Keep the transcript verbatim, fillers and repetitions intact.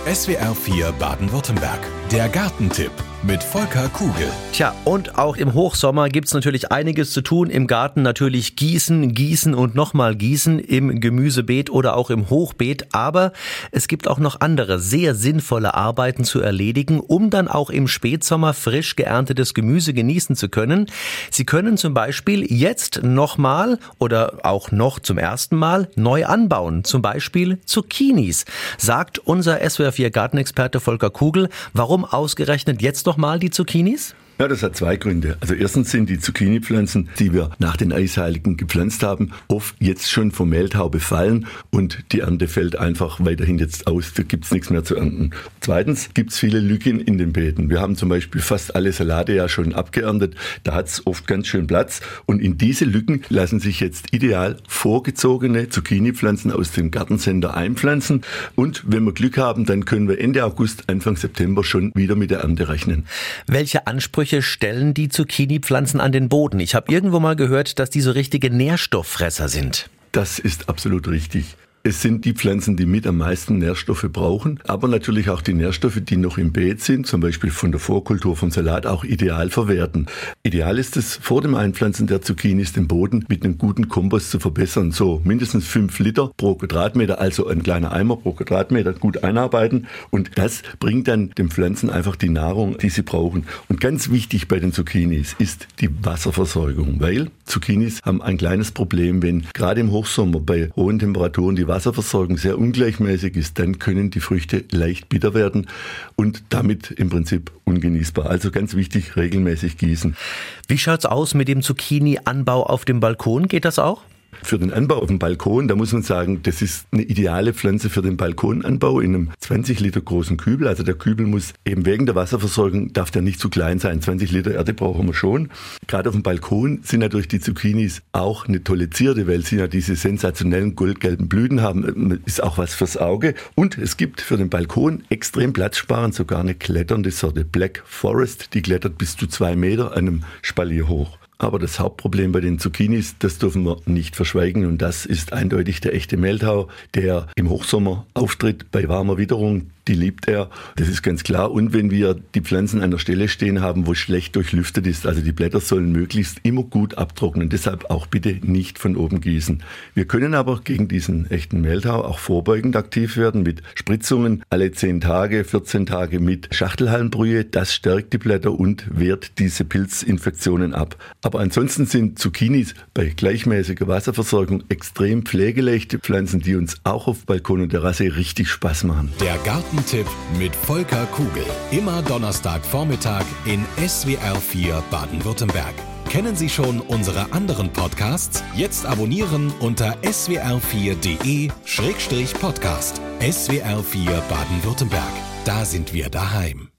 S W R vier Baden-Württemberg. Der Gartentipp mit Volker Kugel. Tja, und auch im Hochsommer gibt's natürlich einiges zu tun. Im Garten natürlich gießen, gießen und nochmal gießen, im Gemüsebeet oder auch im Hochbeet. Aber es gibt auch noch andere sehr sinnvolle Arbeiten zu erledigen, um dann auch im Spätsommer frisch geerntetes Gemüse genießen zu können. Sie können zum Beispiel jetzt nochmal oder auch noch zum ersten Mal neu anbauen. Zum Beispiel Zucchinis, sagt unser S W R vier Gartenexperte Volker Kugel. Warum ausgerechnet jetzt nochmal die Zucchinis? Ja, das hat zwei Gründe. Also erstens sind die Zucchini-Pflanzen, die wir nach den Eisheiligen gepflanzt haben, oft jetzt schon vom Mehltau befallen und die Ernte fällt einfach weiterhin jetzt aus. Da gibt's nichts mehr zu ernten. Zweitens gibt's viele Lücken in den Beeten. Wir haben zum Beispiel fast alle Salate ja schon abgeerntet. Da hat's oft ganz schön Platz und in diese Lücken lassen sich jetzt ideal vorgezogene Zucchini-Pflanzen aus dem Gartencenter einpflanzen und wenn wir Glück haben, dann können wir Ende August, Anfang September schon wieder mit der Ernte rechnen. Welche Ansprüche stellen die Zucchini-Pflanzen an den Boden? Ich habe irgendwo mal gehört, dass die so richtige Nährstofffresser sind. Das ist absolut richtig. Es sind die Pflanzen, die mit am meisten Nährstoffe brauchen, aber natürlich auch die Nährstoffe, die noch im Beet sind, zum Beispiel von der Vorkultur vom Salat, auch ideal verwerten. Ideal ist es, vor dem Einpflanzen der Zucchinis den Boden mit einem guten Kompost zu verbessern. So mindestens fünf Liter pro Quadratmeter, also ein kleiner Eimer pro Quadratmeter, gut einarbeiten. Und das bringt dann den Pflanzen einfach die Nahrung, die sie brauchen. Und ganz wichtig bei den Zucchinis ist die Wasserversorgung, weil Zucchinis haben ein kleines Problem, wenn gerade im Hochsommer bei hohen Temperaturen die Wasserversorgung sehr ungleichmäßig ist, dann können die Früchte leicht bitter werden und damit im Prinzip ungenießbar. Also ganz wichtig, regelmäßig gießen. Wie schaut's aus mit dem Zucchini-Anbau auf dem Balkon? Geht das auch? Für den Anbau auf dem Balkon, da muss man sagen, das ist eine ideale Pflanze für den Balkonanbau in einem zwanzig Liter großen Kübel. Also der Kübel muss eben wegen der Wasserversorgung, darf der nicht zu klein sein. zwanzig Liter Erde brauchen wir schon. Gerade auf dem Balkon sind natürlich die Zucchinis auch eine tolle Zierde, weil sie ja diese sensationellen goldgelben Blüten haben. Ist auch was fürs Auge. Und es gibt für den Balkon extrem platzsparend sogar eine kletternde Sorte Black Forest. Die klettert bis zu zwei Meter an einem Spalier hoch. Aber das Hauptproblem bei den Zucchinis, das dürfen wir nicht verschweigen und das ist eindeutig der echte Mehltau, der im Hochsommer auftritt bei warmer Witterung. Die liebt er, das ist ganz klar. Und wenn wir die Pflanzen an der Stelle stehen haben, wo schlecht durchlüftet ist, also die Blätter sollen möglichst immer gut abtrocknen, deshalb auch bitte nicht von oben gießen. Wir können aber gegen diesen echten Mehltau auch vorbeugend aktiv werden mit Spritzungen alle zehn Tage, vierzehn Tage mit Schachtelhalmbrühe. Das stärkt die Blätter und wehrt diese Pilzinfektionen ab. Aber ansonsten sind Zucchinis bei gleichmäßiger Wasserversorgung extrem pflegeleichte Pflanzen, die uns auch auf Balkon und Terrasse richtig Spaß machen. Der Gartentipp mit Volker Kugel. Immer Donnerstagvormittag in S W R vier Baden-Württemberg. Kennen Sie schon unsere anderen Podcasts? Jetzt abonnieren unter s w r vier punkt d e Schrägstrich Podcast. S W R vier Baden-Württemberg. Da sind wir daheim.